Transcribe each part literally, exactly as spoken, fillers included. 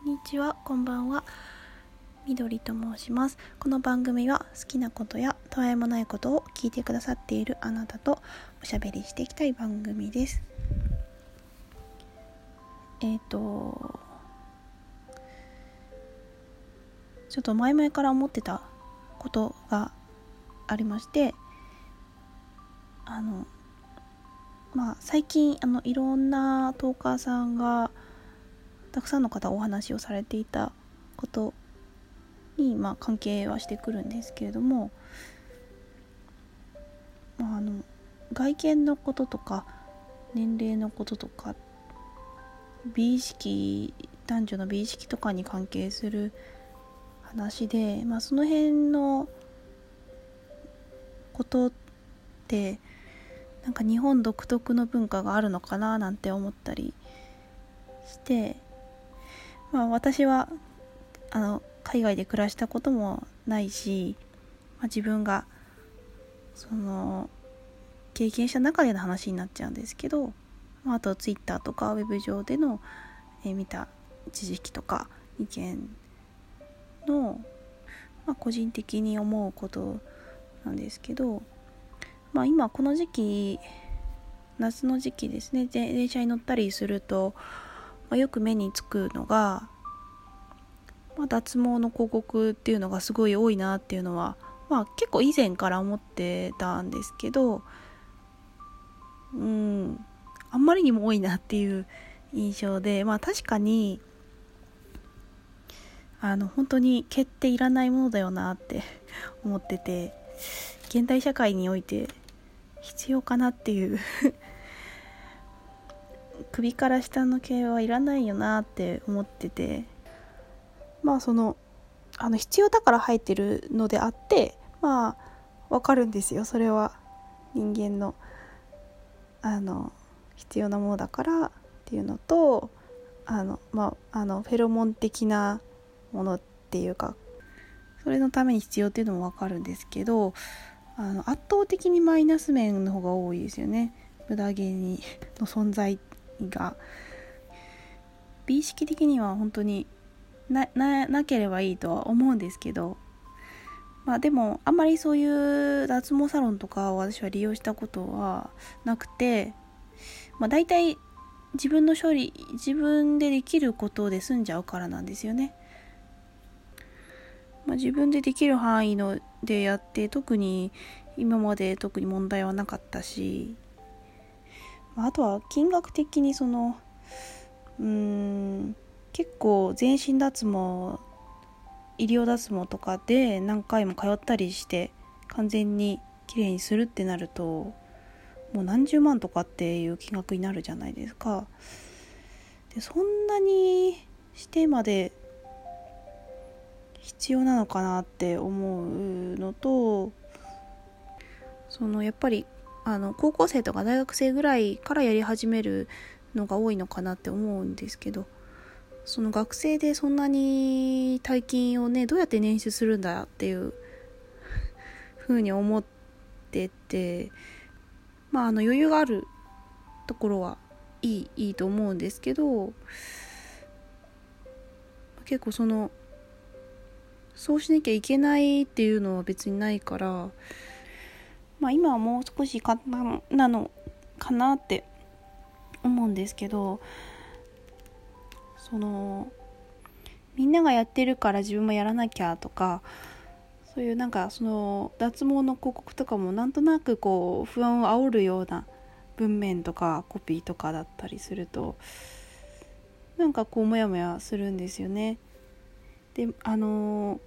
んにちは、こんばんは。みどりと申します。この番組は好きなことやたわいもないことを聞いてくださっているあなたとおしゃべりしていきたい番組です。えっとちょっと前々から思ってたことがありまして、あのまあ最近あのいろんなトーカーさんがたくさんの方お話をされていたことに、まあ、関係はしてくるんですけれども、まあ、あの外見のこととか年齢のこととか美意識男女の美意識とかに関係する話で、まあ、その辺のことってなんか日本独特の文化があるのかななんて思ったりして、まあ、私はあの海外で暮らしたこともないし、まあ、自分がその経験した中での話になっちゃうんですけど、まあ、あとツイッターとかウェブ上での、えー、見た知識とか意見の、まあ、個人的に思うことなんですけど、まあ、今この時期夏の時期ですね、で電車に乗ったりすると、まあ、よく目につくのが、まあ、脱毛の広告っていうのがすごい多いなっていうのは、まあ、結構以前から思ってたんですけど、うんあんまりにも多いなっていう印象で、まあ確かにあの本当に毛っていらないものだよなって思ってて、現代社会において必要かなっていう首から下の毛はいらないよなって思ってて、まあそのあの必要だから生えてるのであって、まあわかるんですよ、それは人間のあの必要なものだからっていうのと、あのまああのフェロモン的なものっていうか、それのために必要っていうのもわかるんですけど、あの圧倒的にマイナス面の方が多いですよね。無駄毛にの存在が美意識的には本当に な, な, なければいいとは思うんですけど、まあでもあんまりそういう脱毛サロンとかを私は利用したことはなくて、まあ大体自分の処理自分でできることで済んじゃうからなんですよね。まあ、自分でできる範囲のでやって、特に今まで特に問題はなかったし、まあ、あとは金額的にそのうーん結構全身脱毛医療脱毛とかで何回も通ったりして完全にきれいにするってなるともう何十万とかっていう金額になるじゃないですか。でそんなにしてまで必要なのかなって思うのと、そのやっぱりあの高校生とか大学生ぐらいからやり始めるのが多いのかなって思うんですけど、その学生でそんなに大金をねどうやって捻出するんだっていう風に思ってて、まああの余裕があるところはいいいいと思うんですけど、結構そのそうしなきゃいけないっていうのは別にないから、まあ今はもう少し簡単なのかなって思うんですけど、そのみんながやってるから自分もやらなきゃとか、そういうなんかその脱毛の広告とかもなんとなくこう不安を煽るような文面とかコピーとかだったりすると、なんかこうモヤモヤするんですよね。であの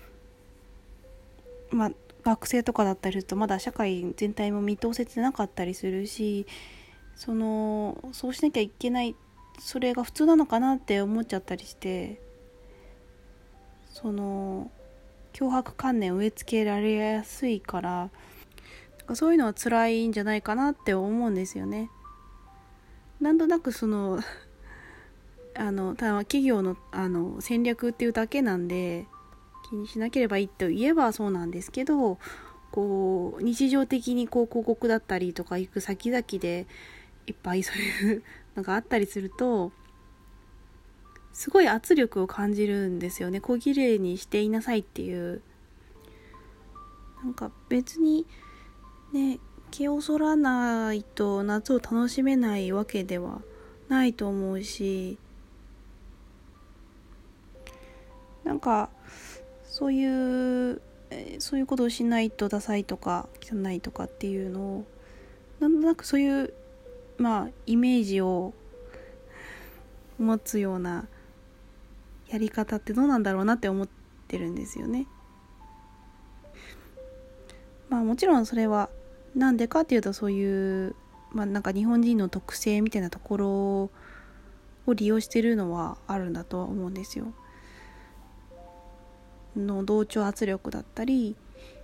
ー、まあ学生とかだったりするとまだ社会全体も見通せてなかったりするし、そのそうしなきゃいけない、それが普通なのかなって思っちゃったりして、その強迫観念を植え付けられやすいから、そういうのは辛いんじゃないかなって思うんですよね。なんとなくそのあのただ企業のあの戦略っていうだけなんで気にしなければいいと言えばそうなんですけど、こう日常的にこう広告だったりとか行く先々でいっぱいそういうのがあったりすると、 すごい圧力を感じるんですよね。小綺麗にしていなさいっていう、なんか別にね、毛を剃らないと夏を楽しめないわけではないと思うし、なんかそういうそういうことをしないとダサいとか汚いとかっていうのを、なんとなくそういうまあイメージを持つようなやり方ってどうなんだろうなって思ってるんですよね。まあもちろんそれはなんでかっていうと、そういうまあなんか日本人の特性みたいなところを利用してるのはあるんだとは思うんですよ。の同調圧力だったり、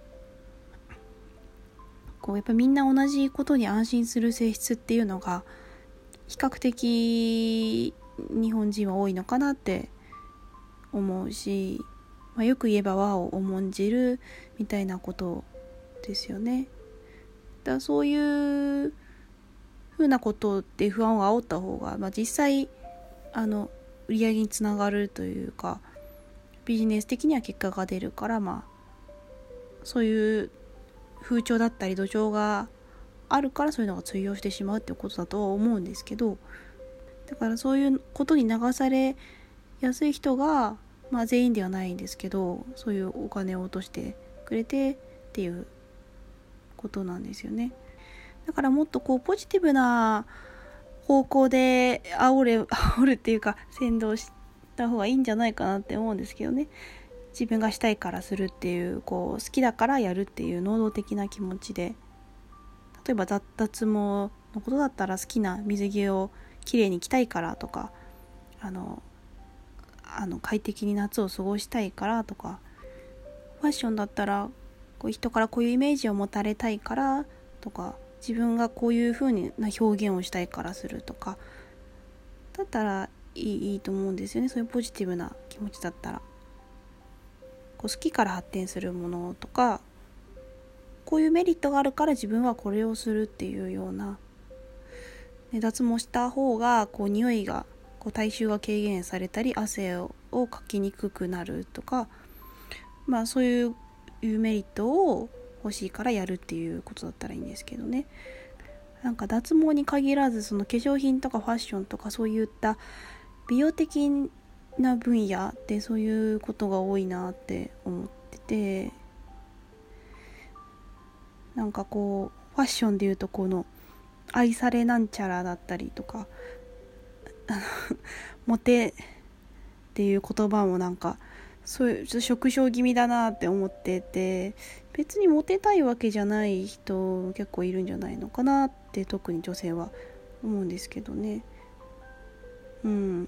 こうやっぱみんな同じことに安心する性質っていうのが比較的日本人は多いのかなって思うし、まあ、よく言えば和を重んじるみたいなことですよね。だからそういうふうなことで不安を煽った方が、まあ、実際あの売り上げにつながるというか、ビジネス的には結果が出るから、まあそういう風潮だったり土壌があるからそういうのが通用してしまうっていうことだとは思うんですけど、だからそういうことに流されやすい人が、まあ全員ではないんですけど、そういうお金を落としてくれてっていうことなんですよね。だからもっとこうポジティブな方向で煽れ煽るっていうか先導した方がいいんじゃないかなって思うんですけどね。自分がしたいからするっていう、こう好きだからやるっていう能動的な気持ちで、例えば脱毛のことだったら好きな水着をきれいに着たいからとか、あのあの快適に夏を過ごしたいからとか、ファッションだったらこう人からこういうイメージを持たれたいからとか、自分がこういう風な表現をしたいからするとかだったらいい、いいと思うんですよね。そういうポジティブな気持ちだったら、こう好きから発展するものとか、こういうメリットがあるから自分はこれをするっていうような、で脱毛した方がこう匂いがこう体臭が軽減されたり汗をかきにくくなるとか、まあそういうメリットを欲しいからやるっていうことだったらいいんですけどね。なんか脱毛に限らず、その化粧品とかファッションとかそういった美容的な分野でそういうことが多いなって思ってて、なんかこうファッションでいうとこの愛されなんちゃらだったりとかモテっていう言葉もなんかそういう縮小気味だなって思ってて、別にモテたいわけじゃない人結構いるんじゃないのかなって、特に女性は思うんですけどね。うん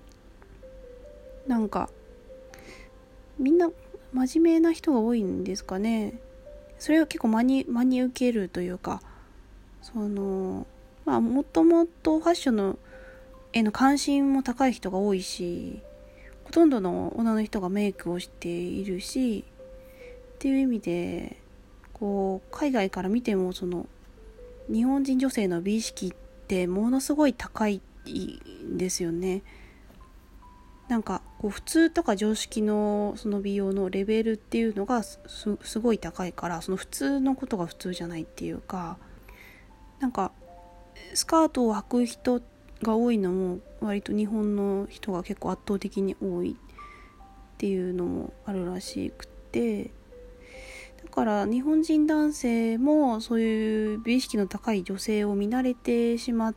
なんかみんな真面目な人が多いんですかね。それを結構真に真に受けるというか、そのまあもともとファッションのへの関心も高い人が多いし、ほとんどの女の人がメイクをしているしっていう意味で、こう海外から見てもその日本人女性の美意識ってものすごい高いんですよね。なんかこう普通とか常識のその美容のレベルっていうのが す, すごい高いから、その普通のことが普通じゃないっていうか、なんかスカートを履く人が多いのも割と日本の人が結構圧倒的に多いっていうのもあるらしくて、だから日本人男性もそういう美意識の高い女性を見慣れてしまって、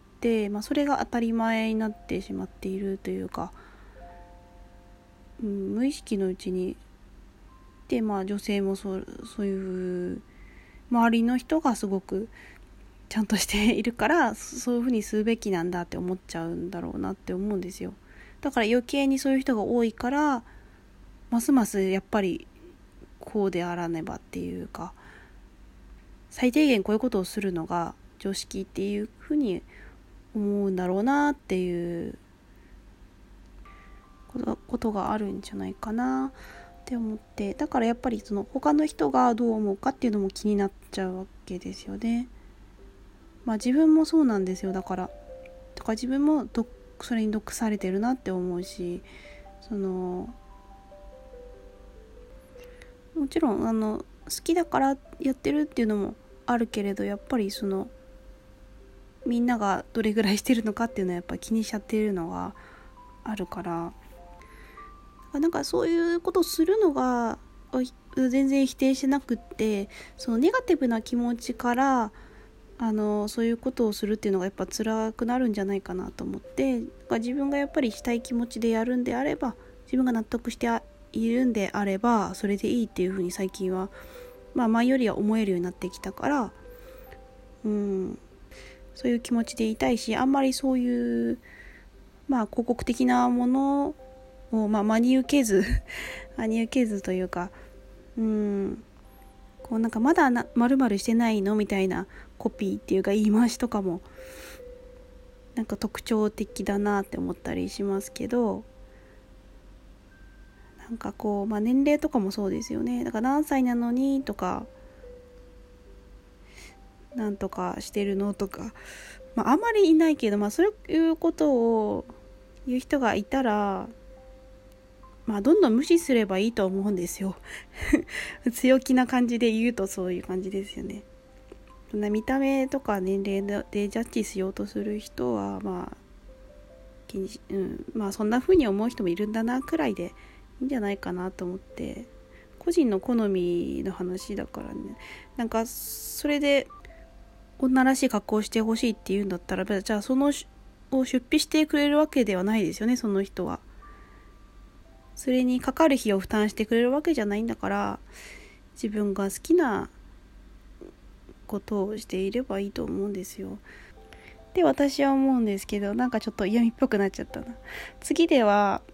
まあ、それが当たり前になってしまっているというか、うん、無意識のうちにで、まあ女性もそう、そういう周りの人がすごくちゃんとしているからそういう風にするべきなんだって思っちゃうんだろうなって思うんですよ。だから余計にそういう人が多いから、ますますやっぱりこうであらねばっていうか、最低限こういうことをするのが常識っていう風に思うんだろうなっていうことがあるんじゃないかなって思って、だからやっぱりその他の人がどう思うかっていうのも気になっちゃうわけですよね。まあ自分もそうなんですよ。だからとか自分もどそれに毒されてるなって思うし、そのもちろんあの好きだからやってるっていうのもあるけれど、やっぱりそのみんながどれぐらいしてるのかっていうのはやっぱ気にしちゃってるのがあるから、なんかそういうことをするのが全然否定してなくって、そのネガティブな気持ちからあのそういうことをするっていうのがやっぱ辛くなるんじゃないかなと思って、自分がやっぱりしたい気持ちでやるんであれば、自分が納得しているんであればそれでいいっていうふうに最近は、まあ、前よりは思えるようになってきたから、うん、そういう気持ちでいたいし、あんまりそういう、まあ、広告的なものを、まあ、真に受けず真に受けずというか、うんこうなんかまだな〇〇してないのみたいなコピーっていうか言い回しとかもなんか特徴的だなって思ったりしますけど、なんかこう、まあ、年齢とかもそうですよね。だから何歳なのにとかなんとかしてるのとか、まあ、あまりいないけど、まあ、そういうことを言う人がいたら、まあ、どんどん無視すればいいと思うんですよ強気な感じで言うとそういう感じですよね。そんな見た目とか年齢でジャッジしようとする人はまあ気にし、うん、まあそんな風に思う人もいるんだなくらいでいいんじゃないかなと思って、個人の好みの話だからね。なんかそれで女らしい格好をしてほしいっていうんだったら、じゃあそのを出費してくれるわけではないですよね。その人はそれにかかる費用を負担してくれるわけじゃないんだから、自分が好きなことをしていればいいと思うんですよ。で私は思うんですけど、なんかちょっと嫌味っぽくなっちゃったな。次では